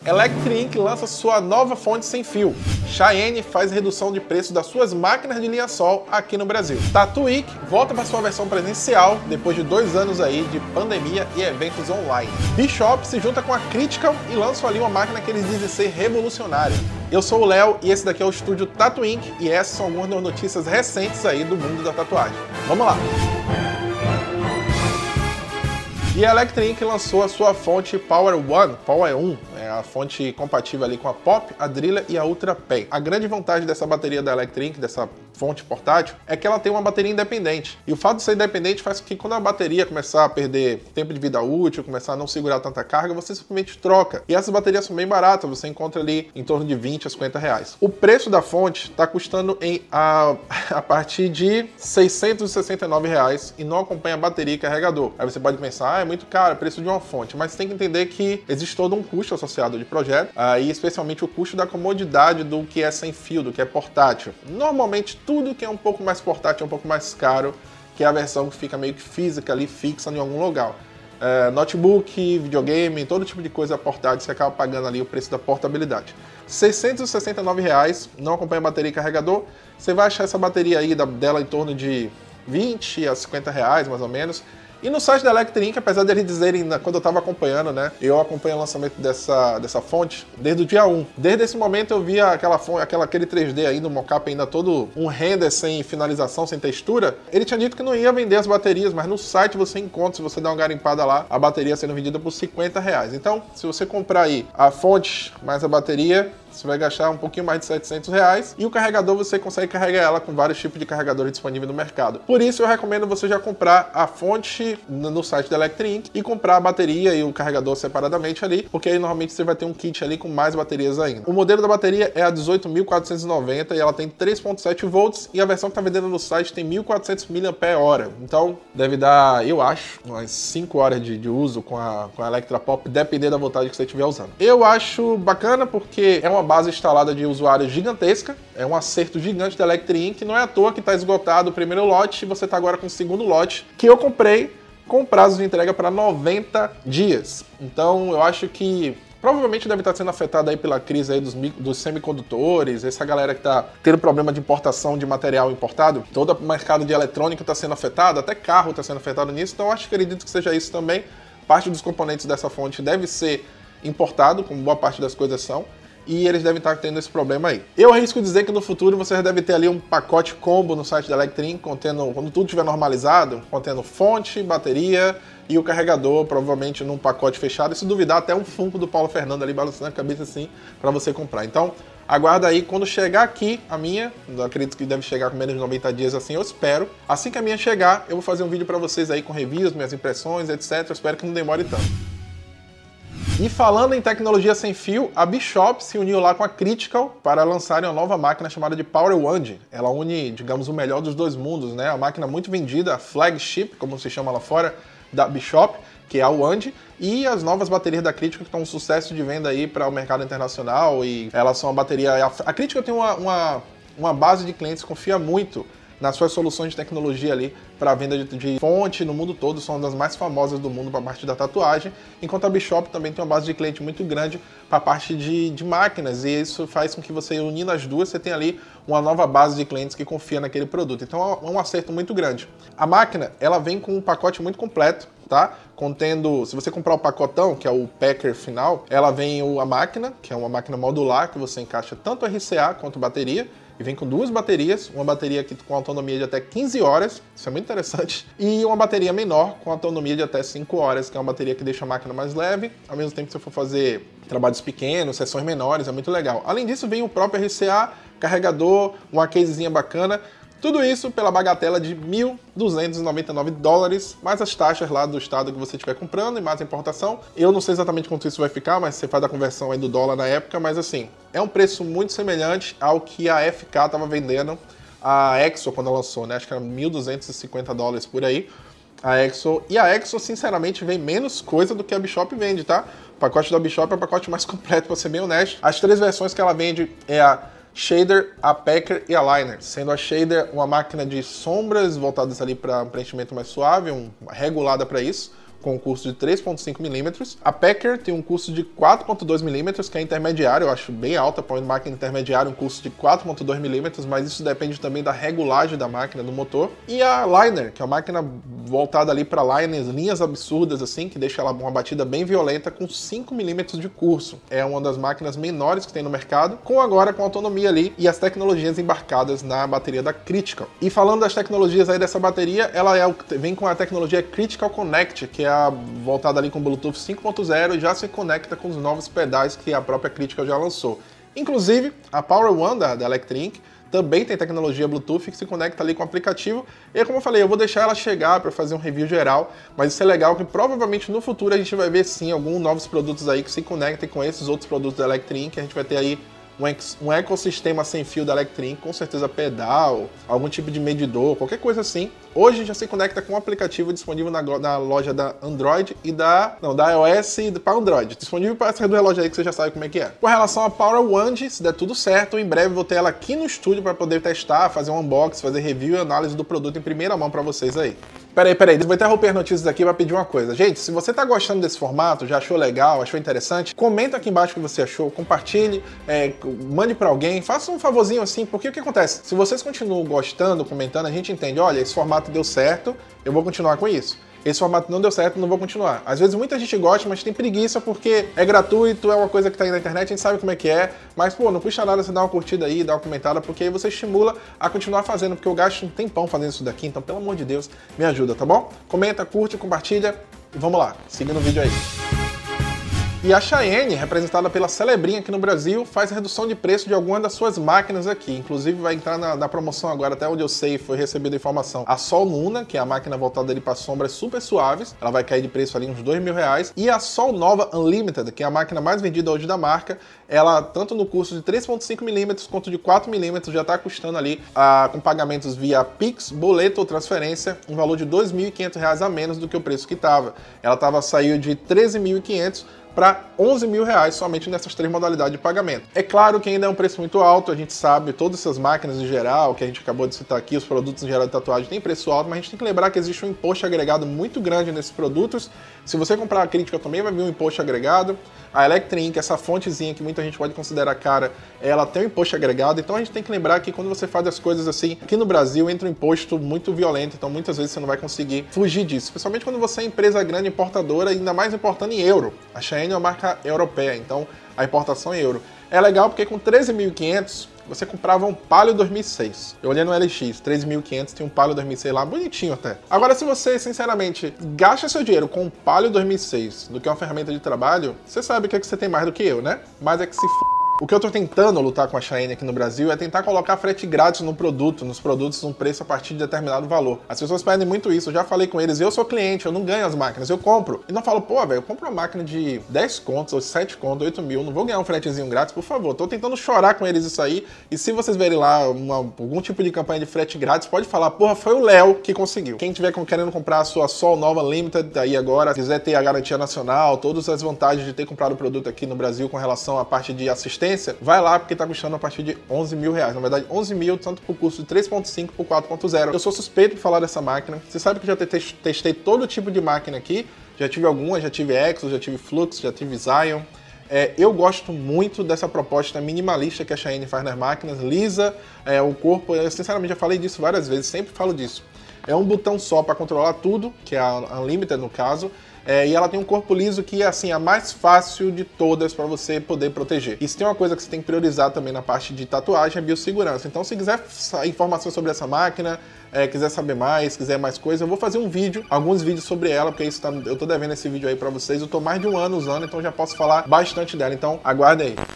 Electrink lança sua nova fonte sem fio. Xiaomi faz redução de preço das suas máquinas de linha-sol aqui no Brasil. Tatuik volta para sua versão presencial depois de 2 anos aí de pandemia e eventos online. Bishop se junta com a Critical e lança ali uma máquina que eles dizem ser revolucionária. Eu sou o Léo e esse daqui é o estúdio Tatuink e essas são algumas das notícias recentes aí do mundo da tatuagem. Vamos lá! E a Electrink lançou a sua fonte Power 1, é a fonte compatível ali com a Pop, a Driller e a Ultra Pen. A grande vantagem dessa bateria da Electrink, dessa fonte portátil, é que ela tem uma bateria independente. E o fato de ser independente faz com que quando a bateria começar a perder tempo de vida útil, começar a não segurar tanta carga, você simplesmente troca. E essas baterias são bem baratas, você encontra ali em torno de 20 a 50 reais. O preço da fonte está custando a partir de R$ 669 reais e não acompanha a bateria e carregador. Aí você pode pensar, é muito caro, é preço de uma fonte, mas tem que entender que existe todo um custo associado de projeto, e especialmente o custo da comodidade do que é sem fio, do que é portátil. Normalmente tudo que é um pouco mais portátil é um pouco mais caro que a versão que fica meio que física ali, fixa em algum lugar. Notebook, videogame, todo tipo de coisa portátil, você acaba pagando ali o preço da portabilidade. R$ 669 reais, não acompanha bateria e carregador. Você vai achar essa bateria aí dela em torno de 20 a 50 reais, mais ou menos. E no site da Electrink, apesar de eles dizerem, quando eu estava acompanhando, né? Eu acompanho o lançamento dessa fonte desde o dia 1. Desde esse momento eu via aquele 3D aí no mockup ainda todo um render sem finalização, sem textura. Ele tinha dito que não ia vender as baterias, mas no site você encontra, se você der uma garimpada lá, a bateria sendo vendida por 50 reais. Então, se você comprar aí a fonte mais a bateria, você vai gastar um pouquinho mais de 700 reais e o carregador você consegue carregar ela com vários tipos de carregadores disponíveis no mercado. Por isso eu recomendo você já comprar a fonte no site da Electrink e comprar a bateria e o carregador separadamente ali, porque aí normalmente você vai ter um kit ali com mais baterias ainda. O modelo da bateria é a 18.490 e ela tem 3.7 volts e a versão que está vendendo no site tem 1.400 mAh. Então deve dar, eu acho, umas 5 horas de uso com a Electra Pop, dependendo da voltagem que você estiver usando. Eu acho bacana porque é uma base instalada de usuários gigantesca, é um acerto gigante da Electrink, não é à toa que está esgotado o primeiro lote e você está agora com o segundo lote, que eu comprei com prazo de entrega para 90 dias. Então eu acho que provavelmente deve estar sendo afetado aí pela crise aí dos semicondutores, essa galera que está tendo problema de importação de material importado, todo o mercado de eletrônica está sendo afetado, até carro está sendo afetado nisso, então eu acredito que seja isso também. Parte dos componentes dessa fonte deve ser importado, como boa parte das coisas são, e eles devem estar tendo esse problema aí. Eu arrisco dizer que no futuro você deve ter ali um pacote combo no site da Electrink, contendo, quando tudo estiver normalizado, contendo fonte, bateria e o carregador, provavelmente num pacote fechado, e se duvidar até um Funko do Paulo Fernando ali balançando a cabeça assim, para você comprar. Então, aguarda aí, quando chegar aqui a minha, eu acredito que deve chegar com menos de 90 dias assim, eu espero. Assim que a minha chegar, eu vou fazer um vídeo para vocês aí com reviews, minhas impressões, etc. Eu espero que não demore tanto. E falando em tecnologia sem fio, a Bishop se uniu lá com a Critical para lançarem uma nova máquina chamada de Power 1. Ela une, digamos, o melhor dos dois mundos, né? A máquina muito vendida, a flagship, como se chama lá fora, da Bishop, que é a Wand, e as novas baterias da Critical que estão um sucesso de venda aí para o mercado internacional, e elas são uma bateria... A Critical tem uma base de clientes que confia muito nas suas soluções de tecnologia ali para a venda de fonte no mundo todo, são uma das mais famosas do mundo para a parte da tatuagem, enquanto a Bishop também tem uma base de cliente muito grande para a parte de máquinas, e isso faz com que você, unindo as duas, você tenha ali uma nova base de clientes que confia naquele produto. Então é um acerto muito grande. A máquina, ela vem com um pacote muito completo, tá? Contendo, se você comprar o pacotão, que é o packer final, ela vem a máquina, que é uma máquina modular, que você encaixa tanto RCA quanto bateria, e vem com 2 baterias, uma bateria com autonomia de até 15 horas, isso é muito interessante, e uma bateria menor com autonomia de até 5 horas, que é uma bateria que deixa a máquina mais leve, ao mesmo tempo que você for fazer trabalhos pequenos, sessões menores, é muito legal. Além disso, vem o próprio RCA, carregador, uma casezinha bacana, tudo isso pela bagatela de $1.299, mais as taxas lá do estado que você estiver comprando e mais a importação. Eu não sei exatamente quanto isso vai ficar, mas você faz a conversão aí do dólar na época, mas assim, é um preço muito semelhante ao que a FK estava vendendo, a Exo quando lançou, né? Acho que era $1.250 por aí, a Exo. E a Exo, sinceramente, vem menos coisa do que a Bishop vende, tá? O pacote da Bishop é o pacote mais completo, pra ser bem honesto. As 3 versões que ela vende é a Shader, a Packer e a Liner, sendo a Shader uma máquina de sombras voltadas ali para preenchimento mais suave, regulada para isso, com um curso de 3.5mm. A Packer tem um curso de 4.2mm, que é intermediário, eu acho bem alta para uma máquina intermediária, um curso de 4.2mm, mas isso depende também da regulagem da máquina, do motor. E a Liner, que é uma máquina voltada ali para liners, linhas absurdas assim, que deixa ela uma batida bem violenta, com 5mm de curso. É uma das máquinas menores que tem no mercado, agora com autonomia ali e as tecnologias embarcadas na bateria da Critical. E falando das tecnologias aí dessa bateria, ela vem com a tecnologia Critical Connect, que é voltada ali com Bluetooth 5.0 e já se conecta com os novos pedais que a própria Critical já lançou. Inclusive, a Power One da Electrink também tem tecnologia Bluetooth que se conecta ali com o aplicativo. E como eu falei, eu vou deixar ela chegar para fazer um review geral, mas isso é legal que provavelmente no futuro a gente vai ver sim alguns novos produtos aí que se conectem com esses outros produtos da Electrink. A gente vai ter aí um ecossistema sem fio da Electrink, com certeza pedal, algum tipo de medidor, qualquer coisa assim. Hoje já se conecta com um aplicativo disponível na loja da Android e da iOS e para Android. Disponível para essa do relógio aí que você já sabe como é que é. Com relação à Power One, se der tudo certo, em breve vou ter ela aqui no estúdio para poder testar, fazer um unboxing, fazer review e análise do produto em primeira mão para vocês aí. Peraí, vou interromper as notícias aqui para pedir uma coisa. Gente, se você tá gostando desse formato, já achou legal, achou interessante, comenta aqui embaixo o que você achou, compartilhe, mande para alguém, faça um favorzinho assim, porque o que acontece? Se vocês continuam gostando, comentando, a gente entende, olha, esse formato deu certo, eu vou continuar com isso. Esse formato não deu certo, não vou continuar. Às vezes muita gente gosta, mas tem preguiça porque é gratuito, é uma coisa que tá aí na internet, a gente sabe como é que é. Mas, pô, não custa nada você dar uma curtida aí, dar uma comentada, porque aí você estimula a continuar fazendo, porque eu gasto um tempão fazendo isso daqui, então, pelo amor de Deus, me ajuda, tá bom? Comenta, curte, compartilha e vamos lá, seguindo o vídeo aí. E a Shyenne, representada pela Celebrinha aqui no Brasil, faz redução de preço de algumas das suas máquinas aqui. Inclusive vai entrar na promoção agora, até onde eu sei, foi recebida a informação. A Sol Luna, que é a máquina voltada ali para sombras super suaves, ela vai cair de preço ali uns R$2.000. E a Sol Nova Unlimited, que é a máquina mais vendida hoje da marca, ela tanto no curso de 3.5mm quanto de 4mm já está custando ali, com pagamentos via Pix, boleto ou transferência, um valor de R$2.500 a menos do que o preço que estava. Ela saiu de R$13.500 para R$11.000 somente nessas 3 modalidades de pagamento. É claro que ainda é um preço muito alto, a gente sabe, todas essas máquinas em geral, que a gente acabou de citar aqui, os produtos em geral de tatuagem têm preço alto, mas a gente tem que lembrar que existe um imposto agregado muito grande nesses produtos. Se você comprar a Critical também vai vir um imposto agregado. A Electrink, essa fontezinha que muita gente pode considerar cara, ela tem um imposto agregado, então a gente tem que lembrar que quando você faz as coisas assim, aqui no Brasil entra um imposto muito violento, então muitas vezes você não vai conseguir fugir disso, principalmente quando você é empresa grande importadora, ainda mais importando em euro. A Shyenne é uma marca europeia, então a importação é euro. É legal porque com 13.500 você comprava um Palio 2006. Eu olhei no LX, 13.500, tem um Palio 2006 lá, bonitinho até. Agora, se você, sinceramente, gasta seu dinheiro com um Palio 2006 do que uma ferramenta de trabalho, você sabe que você tem mais do que eu, né? Mas é que se O que eu tô tentando lutar com a Shyenne aqui no Brasil é tentar colocar frete grátis no produto, nos produtos, um preço a partir de determinado valor. As pessoas pedem muito isso, eu já falei com eles, eu sou cliente, eu não ganho as máquinas, eu compro. E não falo, pô, velho, eu compro uma máquina de 10 contos, ou 7 contos, 8 mil, não vou ganhar um fretezinho grátis, por favor. Tô tentando chorar com eles isso aí, e se vocês verem lá algum tipo de campanha de frete grátis, pode falar, porra, foi o Léo que conseguiu. Quem tiver querendo comprar a sua Sol Nova Limited aí agora, quiser ter a garantia nacional, todas as vantagens de ter comprado o produto aqui no Brasil com relação à parte de assistência, vai lá porque tá custando a partir de 11 mil reais. Na verdade, 11 mil, tanto pro custo de 3.5 por 4.0. Eu sou suspeito de falar dessa máquina. Você sabe que eu já testei todo tipo de máquina aqui. Já tive algumas, já tive Exos, já tive Flux, já tive Zion. Eu gosto muito dessa proposta minimalista que a Shyenne faz nas máquinas, lisa, o corpo, eu sinceramente já falei disso várias vezes, sempre falo disso. É um botão só para controlar tudo, que é a Unlimited no caso, e ela tem um corpo liso que é assim, a mais fácil de todas para você poder proteger. E se tem uma coisa que você tem que priorizar também na parte de tatuagem, é biossegurança. Então se quiser informações sobre essa máquina, quiser saber mais, quiser mais coisa, eu vou fazer um vídeo, alguns vídeos sobre ela, porque isso eu tô devendo esse vídeo aí para vocês. Eu tô mais de um ano usando, então já posso falar bastante dela. Então aguardem aí.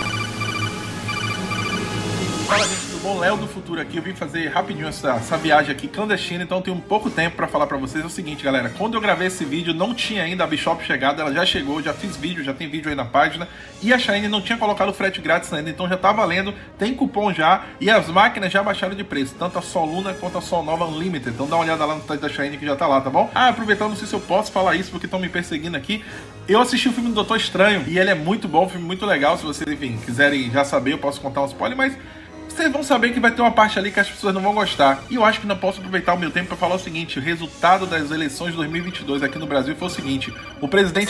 Fala, gente, tudo bom? Léo do Futuro aqui. Eu vim fazer rapidinho essa viagem aqui clandestina, então eu tenho pouco tempo pra falar pra vocês. É o seguinte, galera, quando eu gravei esse vídeo, não tinha ainda a Bishop chegado, ela já chegou, já fiz vídeo, já tem vídeo aí na página, e a Shyenne não tinha colocado frete grátis ainda, então já tá valendo, tem cupom já, e as máquinas já baixaram de preço, tanto a Sol Luna quanto a Sol Nova Unlimited, então dá uma olhada lá no site da Shyenne que já tá lá, tá bom? Aproveitando, não sei se eu posso falar isso, porque estão me perseguindo aqui, eu assisti o filme do Doutor Estranho, e ele é muito bom, um filme muito legal, se vocês, enfim, quiserem já saber, eu posso contar um spoiler, mas vocês vão saber que vai ter uma parte ali que as pessoas não vão gostar. E eu acho que não posso aproveitar o meu tempo para falar o seguinte: o resultado das eleições de 2022 aqui no Brasil foi o seguinte: o presidente...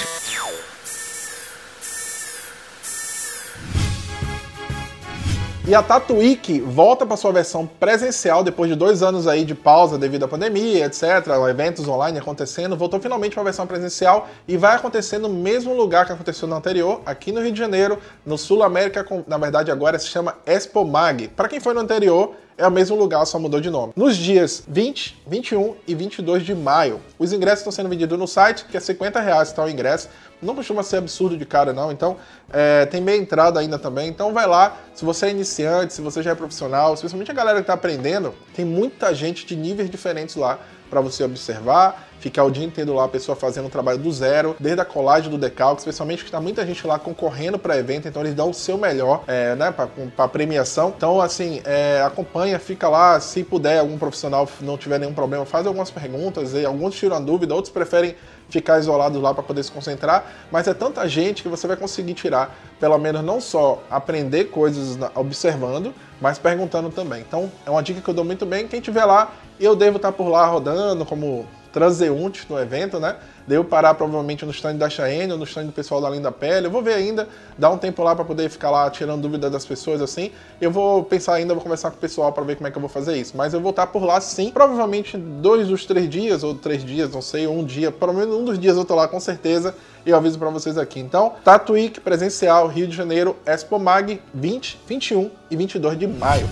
E a Tatuíque volta para sua versão presencial depois de 2 anos aí de pausa devido à pandemia, etc. Eventos online acontecendo, voltou finalmente para a versão presencial e vai acontecer no mesmo lugar que aconteceu no anterior, aqui no Rio de Janeiro, no Sul América, na verdade agora se chama Expomag. Para quem foi no anterior, é o mesmo lugar, só mudou de nome. Nos dias 20, 21 e 22 de maio. Os ingressos estão sendo vendidos no site, que é R$50 está o ingresso. Não costuma ser absurdo de cara, não. Então, tem meia entrada ainda também. Então, vai lá. Se você é iniciante, se você já é profissional, especialmente a galera que está aprendendo, tem muita gente de níveis diferentes lá para você observar, ficar o dia inteiro lá, a pessoa fazendo um trabalho do zero, desde a colagem do decalque, especialmente que está muita gente lá concorrendo para evento, então eles dão o seu melhor, né, para premiação. Então, assim, acompanha, fica lá, se puder, algum profissional não tiver nenhum problema, faz algumas perguntas, e alguns tiram a dúvida, outros preferem ficar isolados lá para poder se concentrar, mas é tanta gente que você vai conseguir tirar, pelo menos não só aprender coisas observando, mas perguntando também. Então, é uma dica que eu dou muito bem. Quem estiver lá, eu devo estar por lá rodando como transeunte no evento, né? Devo parar provavelmente no stand da Cheyenne ou no stand do pessoal da Linda Pele. Eu vou ver ainda, dar um tempo lá para poder ficar lá tirando dúvida das pessoas assim. Eu vou pensar ainda, vou conversar com o pessoal para ver como é que eu vou fazer isso. Mas eu vou estar por lá sim, provavelmente 2 dos 3 dias, ou 3 dias, não sei, ou um dia, pelo menos um dos dias eu tô lá com certeza. E eu aviso para vocês aqui. Então, Tatuíque presencial, Rio de Janeiro, Expomag, 20, 21 e 22 de maio.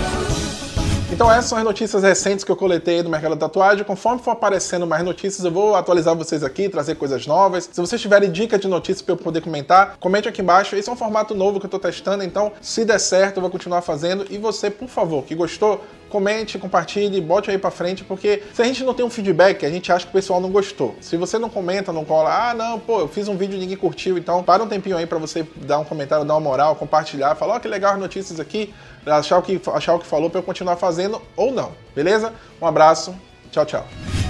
Então essas são as notícias recentes que eu coletei do mercado da tatuagem. Conforme for aparecendo mais notícias, eu vou atualizar vocês aqui, trazer coisas novas. Se vocês tiverem dicas de notícias para eu poder comentar, comente aqui embaixo. Esse é um formato novo que eu tô testando, então se der certo eu vou continuar fazendo. E você, por favor, que gostou, comente, compartilhe, bote aí pra frente, porque se a gente não tem um feedback, a gente acha que o pessoal não gostou. Se você não comenta, não cola, ah não, pô, eu fiz um vídeo e ninguém curtiu, então para um tempinho aí pra você dar um comentário, dar uma moral, compartilhar, falar, ó, que legal as notícias aqui, achar o que falou pra eu continuar fazendo ou não, beleza? Um abraço, tchau, tchau.